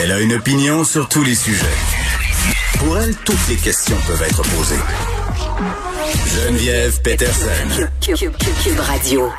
Elle a une opinion sur tous les sujets. Pour elle, toutes les questions peuvent être posées. Geneviève Peterson. Cube Radio.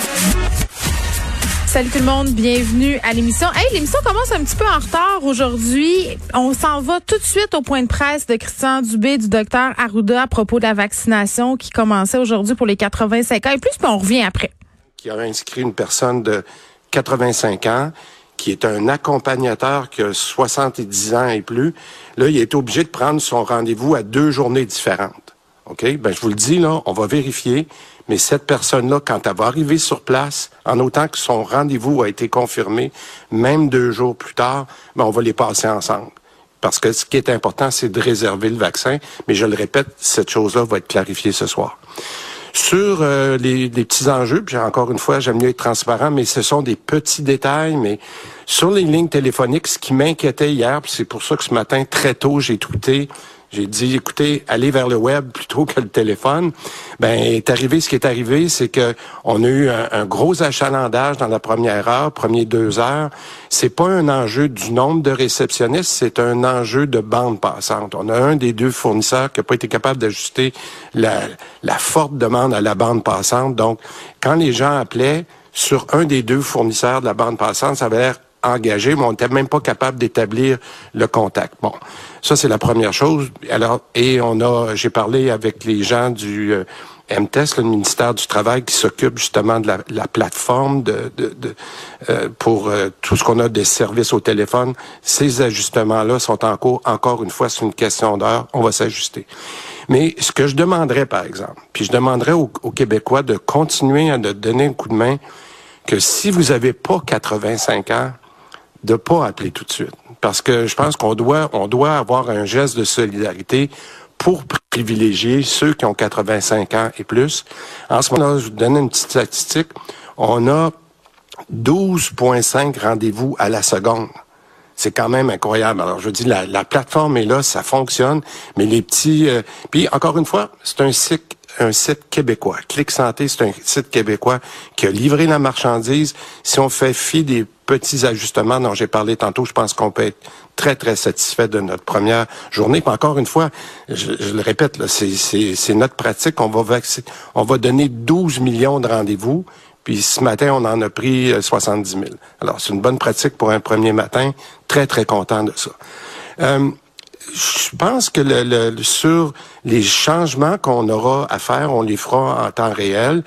Salut tout le monde, bienvenue à l'émission. Hey, l'émission commence un petit peu en retard aujourd'hui. On s'en va tout de suite au point de presse de Christian Dubé, du docteur Arruda, à propos de la vaccination qui commençait aujourd'hui pour les 85 ans et plus, puis on revient après. Qui a inscrit une personne de 85 ans, qui est un accompagnateur qui a 70 ans et plus. Là, il est obligé de prendre son rendez-vous à 2 journées différentes. OK? Ben, je vous le dis, là, on va vérifier. Mais cette personne-là, quand elle va arriver sur place, en autant que son rendez-vous a été confirmé, même 2 jours plus tard, ben, on va les passer ensemble. Parce que ce qui est important, c'est de réserver le vaccin. Mais je le répète, cette chose-là va être clarifiée ce soir. Sur les petits enjeux, puis encore une fois, j'aime mieux être transparent, mais ce sont des petits détails. Mais sur les lignes téléphoniques, ce qui m'inquiétait hier, puis c'est pour ça que ce matin, très tôt, j'ai tweeté, j'ai dit, écoutez, allez vers le web plutôt que le téléphone. Ce qui est arrivé, c'est que on a eu un gros achalandage dans la première heure, premières 2 heures. C'est pas un enjeu du nombre de réceptionnistes, c'est un enjeu de bande passante. On a un des 2 fournisseurs qui n'a pas été capable d'ajuster la forte demande à la bande passante. Donc, quand les gens appelaient sur un des 2 fournisseurs de la bande passante, ça avait l'air engagé, mais on n'était même pas capable d'établir le contact. Bon, ça c'est la première chose. Alors, j'ai parlé avec les gens du MTES, le ministère du Travail, qui s'occupe justement de la plateforme pour tout ce qu'on a des services au téléphone. Ces ajustements-là sont en cours. Encore une fois, c'est une question d'heure. On va s'ajuster. Mais ce que je demanderais, par exemple, puis je demanderais aux Québécois de continuer à donner un coup de main, que si vous avez pas 85 ans, de pas appeler tout de suite. Parce que je pense qu'on doit avoir un geste de solidarité pour privilégier ceux qui ont 85 ans et plus. En ce moment-là, je vous donne une petite statistique. On a 12,5 rendez-vous à la seconde. C'est quand même incroyable. Alors, je dis, la plateforme est là, ça fonctionne, mais les petits... puis, encore une fois, c'est un site québécois. Clic Santé, c'est un site québécois qui a livré la marchandise. Si on fait fi des petits ajustements dont j'ai parlé tantôt, je pense qu'on peut être très, très satisfait de notre première journée. Puis encore une fois, je le répète, là, c'est notre pratique. On va donner 12 millions de rendez-vous. Puis ce matin, on en a pris 70 000. Alors, c'est une bonne pratique pour un premier matin. Très, très content de ça. Je pense que sur les changements qu'on aura à faire, on les fera en temps réel.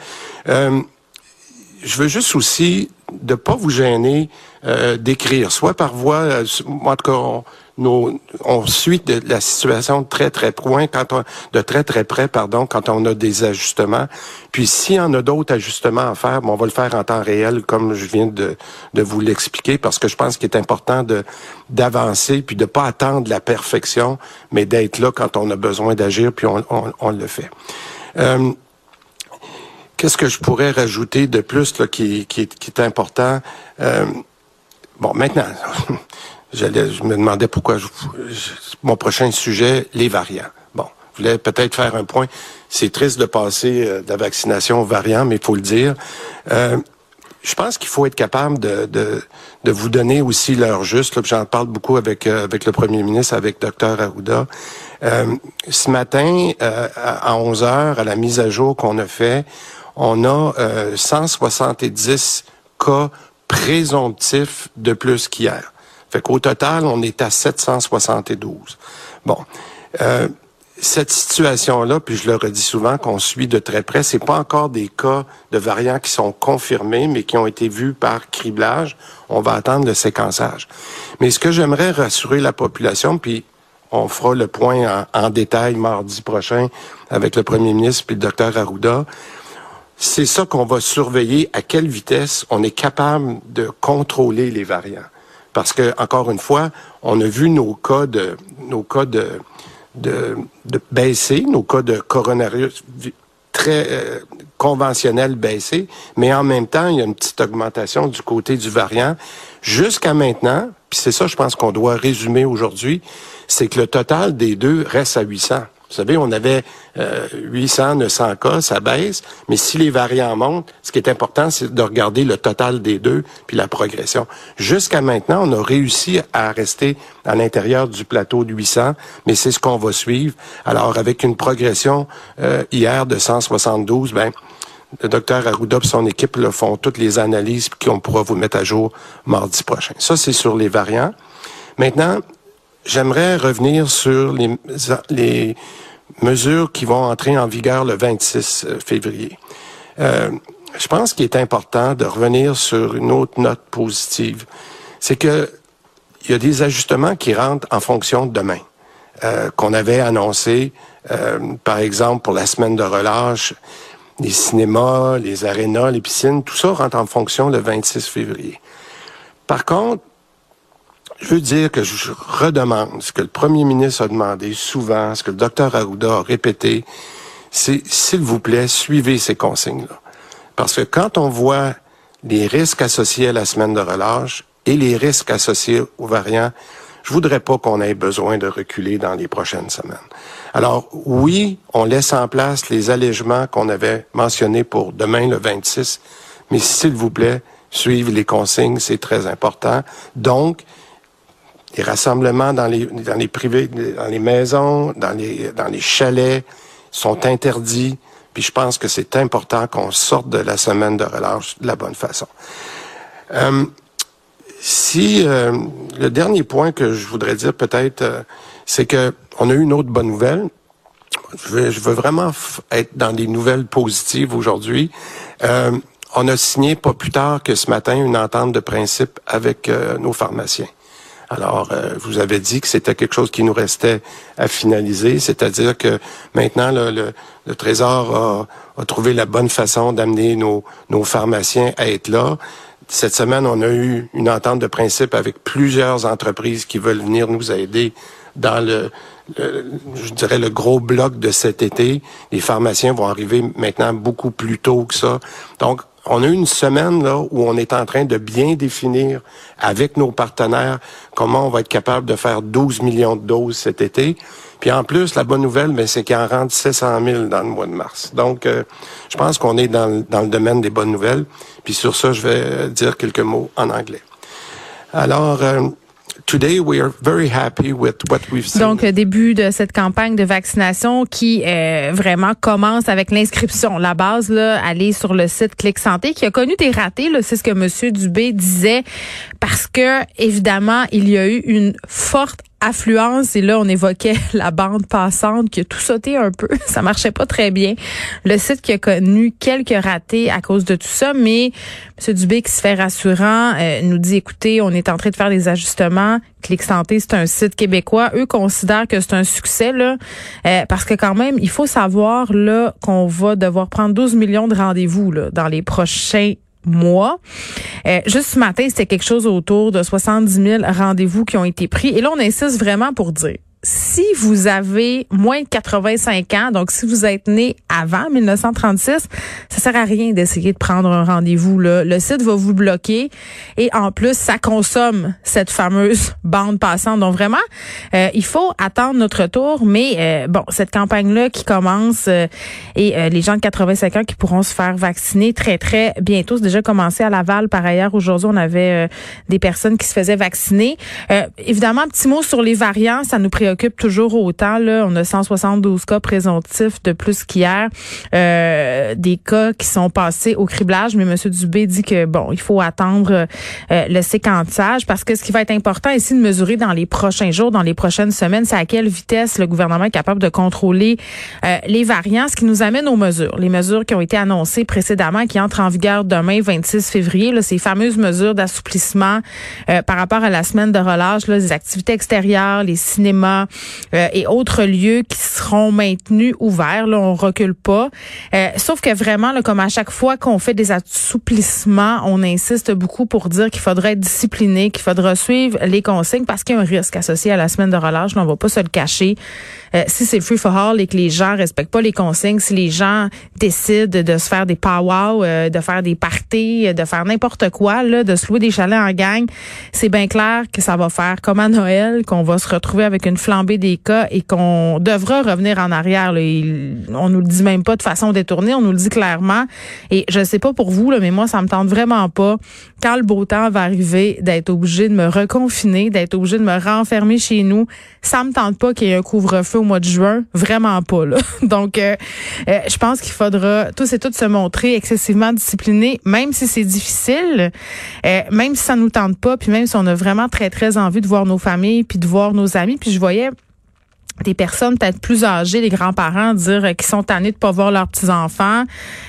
Je veux juste aussi de pas vous gêner d'écrire, soit par voie, en tout cas, on suit de la situation de très très près, quand on a des ajustements. Puis s'il y en a d'autres ajustements à faire, on va le faire en temps réel, comme je viens de vous l'expliquer, parce que je pense qu'il est important d'avancer, puis de pas attendre la perfection, mais d'être là quand on a besoin d'agir, puis on le fait. Qu'est-ce que je pourrais rajouter de plus là, qui est important? Bon, maintenant, je me demandais pourquoi mon prochain sujet, les variants. Bon, je voulais peut-être faire un point. C'est triste de passer de la vaccination aux variants, mais il faut le dire. Je pense qu'il faut être capable de vous donner aussi l'heure juste. Là, j'en parle beaucoup avec le premier ministre, avec Dr Arruda. Ce matin, à 11h, à la mise à jour qu'on a fait, on a 170 cas présomptifs de plus qu'hier. Fait qu'au total, on est à 772. Bon, cette situation-là, puis je le redis souvent, qu'on suit de très près, c'est pas encore des cas de variants qui sont confirmés, mais qui ont été vus par criblage. On va attendre le séquençage. Mais ce que j'aimerais rassurer la population, puis on fera le point en détail mardi prochain avec le premier ministre puis le docteur Arruda, c'est ça qu'on va surveiller, à quelle vitesse on est capable de contrôler les variants. Parce que, encore une fois, on a vu nos cas de baisser, nos cas de coronavirus très conventionnels baisser, mais en même temps, il y a une petite augmentation du côté du variant. Jusqu'à maintenant, puis c'est ça, je pense qu'on doit résumer aujourd'hui, c'est que le total des deux reste à 800. Vous savez, on avait 800, 900 cas, ça baisse, mais si les variants montent, ce qui est important, c'est de regarder le total des deux, puis la progression. Jusqu'à maintenant, on a réussi à rester à l'intérieur du plateau de 800, mais c'est ce qu'on va suivre. Alors, avec une progression hier de 172, le docteur Arruda et son équipe là, font toutes les analyses qu'on pourra vous mettre à jour mardi prochain. Ça, c'est sur les variants. Maintenant, j'aimerais revenir sur les mesures qui vont entrer en vigueur le 26 février. Je pense qu'il est important de revenir sur une autre note positive. C'est que il y a des ajustements qui rentrent en fonction de demain, qu'on avait annoncé, par exemple, pour la semaine de relâche. Les cinémas, les arénas, les piscines, tout ça rentre en fonction le 26 février. Par contre, je veux dire que je redemande ce que le premier ministre a demandé souvent, ce que le docteur Arruda a répété, c'est, s'il vous plaît, suivez ces consignes-là. Parce que quand on voit les risques associés à la semaine de relâche et les risques associés aux variants, je voudrais pas qu'on ait besoin de reculer dans les prochaines semaines. Alors, oui, on laisse en place les allègements qu'on avait mentionnés pour demain, le 26, mais s'il vous plaît, suivez les consignes, c'est très important. Donc, les rassemblements dans les privés, dans les maisons, dans les chalets sont interdits, puis je pense que c'est important qu'on sorte de la semaine de relâche de la bonne façon. Le dernier point que je voudrais dire peut-être, c'est que on a eu une autre bonne nouvelle. Je veux vraiment être dans des nouvelles positives aujourd'hui. On a signé pas plus tard que ce matin une entente de principe avec nos pharmaciens. Alors, je vous avais dit que c'était quelque chose qui nous restait à finaliser, c'est-à-dire que maintenant le Trésor a trouvé la bonne façon d'amener nos pharmaciens à être là. Cette semaine, on a eu une entente de principe avec plusieurs entreprises qui veulent venir nous aider dans je dirais le gros bloc de cet été. Les pharmaciens vont arriver maintenant beaucoup plus tôt que ça. Donc, on a eu une semaine là où on est en train de bien définir avec nos partenaires comment on va être capable de faire 12 millions de doses cet été. Puis en plus, la bonne nouvelle, c'est qu'il en rentre 700 000 dans le mois de mars. Donc, je pense qu'on est dans le domaine des bonnes nouvelles. Puis sur ça, je vais dire quelques mots en anglais. Alors, today we are very happy with what we've seen. Donc, le début de cette campagne de vaccination qui vraiment commence avec l'inscription. La base, là, aller sur le site Clic Santé, qui a connu des ratés, là, c'est ce que M. Dubé disait, parce que, évidemment, il y a eu une forte affluence, et là, on évoquait la bande passante qui a tout sauté un peu. Ça marchait pas très bien. Le site qui a connu quelques ratés à cause de tout ça, mais M. Dubé, qui se fait rassurant, nous dit, écoutez, on est en train de faire des ajustements. Clic Santé, c'est un site québécois. Eux considèrent que c'est un succès, là, parce que quand même, il faut savoir, là, qu'on va devoir prendre 12 millions de rendez-vous, là, dans les prochains mois. Juste ce matin, c'était quelque chose autour de 70 000 rendez-vous qui ont été pris. Et là, on insiste vraiment pour dire, si vous avez moins de 85 ans, donc si vous êtes né avant 1936, ça sert à rien d'essayer de prendre un rendez-vous là. Le site va vous bloquer et en plus, ça consomme cette fameuse bande passante. Donc vraiment, il faut attendre notre tour. Mais bon, cette campagne-là qui commence et les gens de 85 ans qui pourront se faire vacciner très, très bientôt. C'est déjà commencé à Laval. Par ailleurs, aujourd'hui, on avait des personnes qui se faisaient vacciner. Évidemment, petit mot sur les variants, ça nous préoccupe toujours autant. Là, on a 172 cas présomptifs de plus qu'hier, des cas qui sont passés au criblage, mais M. Dubé dit que bon, il faut attendre le séquençage parce que ce qui va être important ici de mesurer dans les prochains jours, dans les prochaines semaines, c'est à quelle vitesse le gouvernement est capable de contrôler les variants, ce qui nous amène aux mesures. Les mesures qui ont été annoncées précédemment, qui entrent en vigueur demain, 26 février, là, ces fameuses mesures d'assouplissement par rapport à la semaine de relâche, là, les activités extérieures, les cinémas, et autres lieux qui seront maintenus ouverts. Là, on recule pas. Sauf que vraiment, là, comme à chaque fois qu'on fait des assouplissements, on insiste beaucoup pour dire qu'il faudrait être discipliné, qu'il faudra suivre les consignes parce qu'il y a un risque associé à la semaine de relâche. Là, on va pas se le cacher. si c'est free for all et que les gens respectent pas les consignes, si les gens décident de se faire des pow-wow, de faire des parties, de faire n'importe quoi, là, de se louer des chalets en gang, c'est bien clair que ça va faire comme à Noël, qu'on va se retrouver avec une flambée des cas et qu'on devra revenir en arrière. Là. On nous le dit même pas de façon détournée, on nous le dit clairement. Et je sais pas pour vous, là, mais moi, ça me tente vraiment pas, quand le beau temps va arriver, d'être obligé de me reconfiner, d'être obligé de me renfermer chez nous. Ça me tente pas qu'il y ait un couvre-feu au mois de juin. Vraiment pas, là. Donc, je pense qu'il faudra tous et toutes se montrer excessivement disciplinés, même si c'est difficile, même si ça nous tente pas, puis même si on a vraiment très, très envie de voir nos familles, puis de voir nos amis. Puis je voyais des personnes peut-être plus âgées, les grands-parents, dire qu'ils sont tannés de pas voir leurs petits-enfants.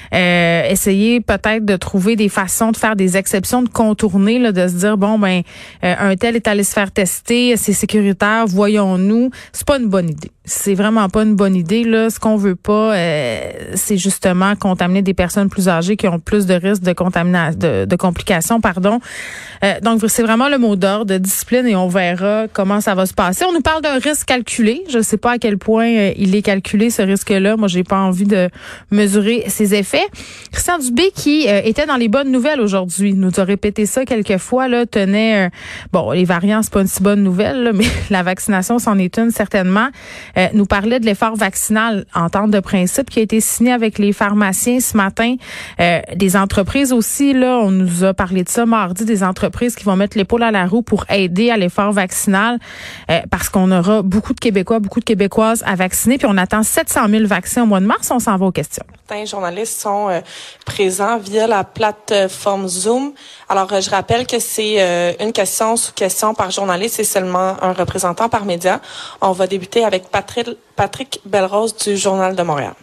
Essayer peut-être de trouver des façons de faire des exceptions, de contourner, là, de se dire, bon, ben, un tel est allé se faire tester, c'est sécuritaire, voyons-nous. C'est pas une bonne idée. C'est vraiment pas une bonne idée, là. Ce qu'on veut pas, c'est justement contaminer des personnes plus âgées qui ont plus de risques de contamination, de complications, pardon. Donc, c'est vraiment le mot d'ordre, de discipline, et on verra comment ça va se passer. On nous parle d'un risque calculé. Je sais pas à quel point il est calculé, ce risque-là. Moi, j'ai pas envie de mesurer ses effets. Christian Dubé, qui était dans les bonnes nouvelles aujourd'hui, nous a répété ça quelques fois, là, tenait, bon, les variants, c'est pas une si bonne nouvelle, là, mais la vaccination, c'en est une, certainement. Nous parlait de l'effort vaccinal, entente de principe, qui a été signé avec les pharmaciens ce matin. Des entreprises aussi, là, on nous a parlé de ça mardi, des entreprises qui vont mettre l'épaule à la roue pour aider à l'effort vaccinal, parce qu'on aura beaucoup de Québécois, beaucoup de Québécoises à vacciner, puis on attend 700 000 vaccins au mois de mars. On s'en va aux questions. Certains journalistes sont présents via la plateforme Zoom. Alors, je rappelle que c'est une question sous question par journaliste et seulement un représentant par média. On va débuter avec Patrick Belrose du Journal de Montréal.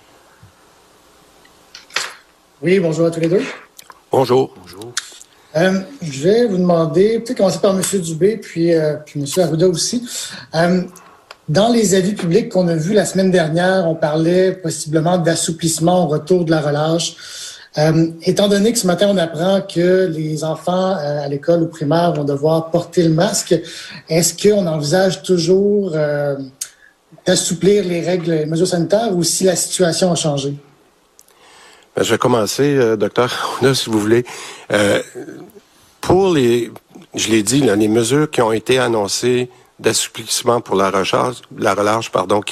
Oui, bonjour à tous les deux. Bonjour. Bonjour. Je vais vous demander, peut-être commencer par M. Dubé, puis M. Arruda aussi. Dans les avis publics qu'on a vus la semaine dernière, on parlait possiblement d'assouplissement au retour de la relâche. Étant donné que ce matin, on apprend que les enfants à l'école ou primaire vont devoir porter le masque, est-ce qu'on envisage toujours d'assouplir les règles, les mesures sanitaires, ou si la situation a changé? Ben, je vais commencer, docteur Arruda, si vous voulez. Je l'ai dit, là, les mesures qui ont été annoncées d'assouplissement pour la relâche, qui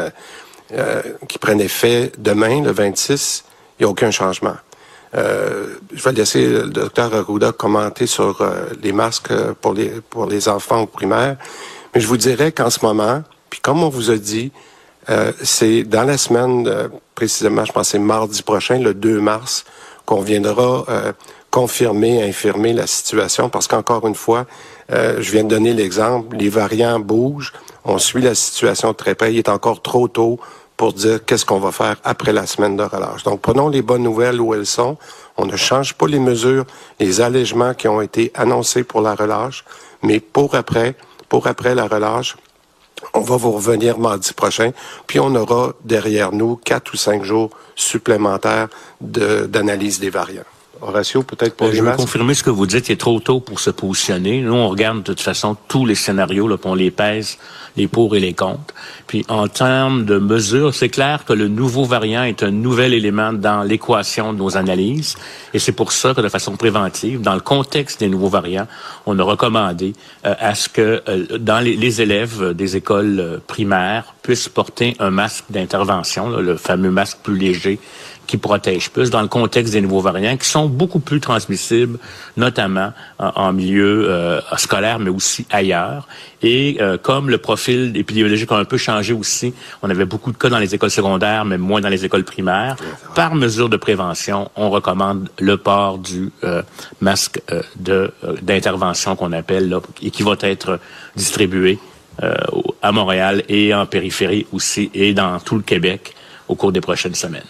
prennent effet demain, le 26, il n'y a aucun changement. Je vais laisser le docteur Arruda commenter sur les masques pour les enfants au primaire, mais je vous dirais qu'en ce moment, puis comme on vous a dit, c'est dans la semaine, précisément, je pense que c'est mardi prochain, le 2 mars, qu'on viendra infirmer la situation, parce qu'encore une fois, je viens de donner l'exemple, les variants bougent, on suit la situation très près, il est encore trop tôt pour dire qu'est-ce qu'on va faire après la semaine de relâche. Donc, prenons les bonnes nouvelles où elles sont. On ne change pas les mesures, les allègements qui ont été annoncés pour la relâche, mais pour après la relâche, on va vous revenir mardi prochain, puis on aura derrière nous 4 ou 5 jours supplémentaires d'analyse des variants. Horacio, peut-être pour les masques. Je veux confirmer ce que vous dites, il est trop tôt pour se positionner. Nous, on regarde de toute façon tous les scénarios, là, puis on les pèse, les pour et les contre. Puis en termes de mesures, c'est clair que le nouveau variant est un nouvel élément dans l'équation de nos analyses. Et c'est pour ça que de façon préventive, dans le contexte des nouveaux variants, on a recommandé à ce que dans les élèves des écoles primaires puissent porter un masque d'intervention, là, le fameux masque plus léger qui protège plus dans le contexte des nouveaux variants qui sont beaucoup plus transmissibles, notamment en milieu scolaire, mais aussi ailleurs. Et comme le profil épidémiologique a un peu changé aussi, on avait beaucoup de cas dans les écoles secondaires, mais moins dans les écoles primaires. Par mesure de prévention, on recommande le port du masque d'intervention qu'on appelle, là, et qui va être distribué à Montréal et en périphérie aussi, et dans tout le Québec au cours des prochaines semaines.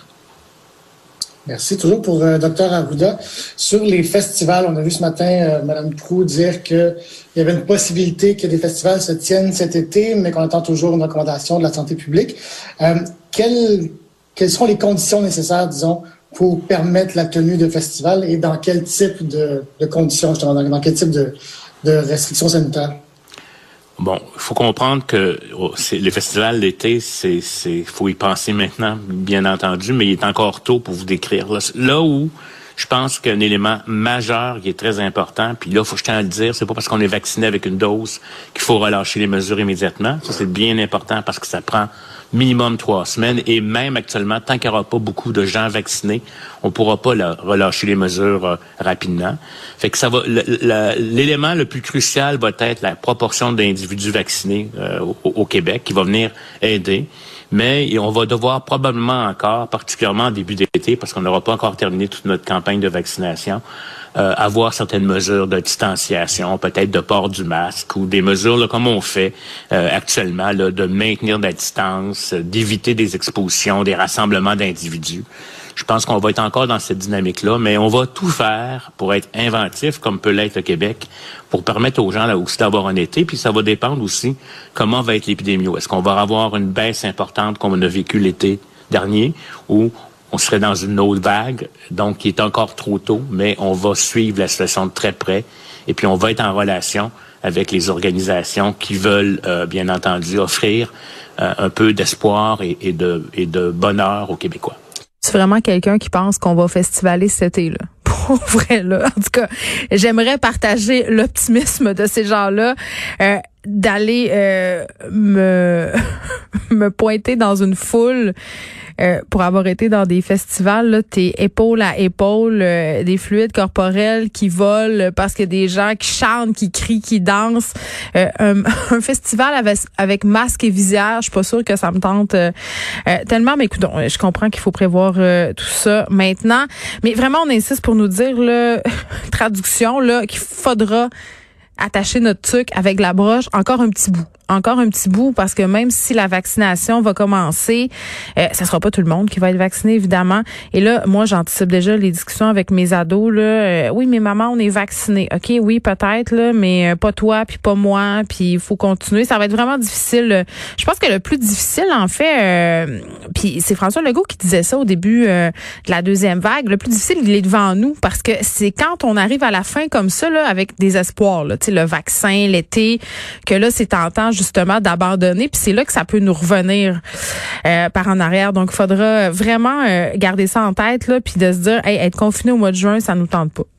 Merci. Toujours pour Dr Arruda. Sur les festivals, on a vu ce matin Mme Proulx dire qu'il y avait une possibilité que des festivals se tiennent cet été, mais qu'on attend toujours une recommandation de la santé publique. Quelles seront les conditions nécessaires, disons, pour permettre la tenue de festivals, et dans quel type de conditions, justement, dans quel type de restrictions sanitaires? Bon, il faut comprendre que le festival d'été, faut y penser maintenant, bien entendu, mais il est encore tôt pour vous décrire. Là où je pense qu'un élément majeur qui est très important, puis là, je tiens à le dire, c'est pas parce qu'on est vacciné avec une dose qu'il faut relâcher les mesures immédiatement. Ça, c'est bien important parce que ça prend minimum 3 semaines. Et même actuellement, tant qu'il n'y aura pas beaucoup de gens vaccinés, on ne pourra pas relâcher les mesures rapidement. Fait que ça va. L'élément le plus crucial va être la proportion d'individus vaccinés au Québec qui va venir aider. Mais on va devoir probablement encore, particulièrement en début d'été, parce qu'on n'aura pas encore terminé toute notre campagne de vaccination, avoir certaines mesures de distanciation, peut-être de port du masque ou des mesures là, comme on fait actuellement, là, de maintenir la distance, d'éviter des expositions, des rassemblements d'individus. Je pense qu'on va être encore dans cette dynamique-là, mais on va tout faire pour être inventif, comme peut l'être le Québec, pour permettre aux gens là aussi d'avoir un été. Puis ça va dépendre aussi comment va être l'épidémie. Est-ce qu'on va avoir une baisse importante comme on a vécu l'été dernier, ou on serait dans une autre vague, donc qui est encore trop tôt, mais on va suivre la situation de très près. Et puis on va être en relation avec les organisations qui veulent, bien entendu, offrir un peu d'espoir et de bonheur aux Québécois. C'est vraiment quelqu'un qui pense qu'on va festivaler cet été, là. Pour vrai, là. En tout cas, j'aimerais partager l'optimisme de ces gens-là, d'aller me pointer dans une foule pour avoir été dans des festivals, là, t'es épaule à épaule, des fluides corporels qui volent parce qu'il y a des gens qui chantent, qui crient, qui dansent. Un festival avec masque et visière, je suis pas sûre que ça me tente tellement, mais écoute, je comprends qu'il faut prévoir tout ça maintenant. Mais vraiment, on insiste pour nous dire, là, traduction, là, qu'il faudra attacher notre tuque avec la broche encore un petit bout, parce que même si la vaccination va commencer, ça sera pas tout le monde qui va être vacciné, évidemment. Et là, moi, j'anticipe déjà les discussions avec mes ados, là. Oui, mais maman, on est vacciné. OK, oui, peut-être, là, mais pas toi, puis pas moi, puis il faut continuer. Ça va être vraiment difficile. Je pense que le plus difficile, en fait, puis c'est François Legault qui disait ça au début de la deuxième vague, le plus difficile, il est devant nous, parce que c'est quand on arrive à la fin comme ça, là, avec des espoirs, là, tu sais, le vaccin, l'été, que là, c'est tentant, justement, d'abandonner, puis c'est là que ça peut nous revenir par en arrière. Donc, il faudra vraiment garder ça en tête, là, puis de se dire, hey, être confiné au mois de juin, ça nous tente pas.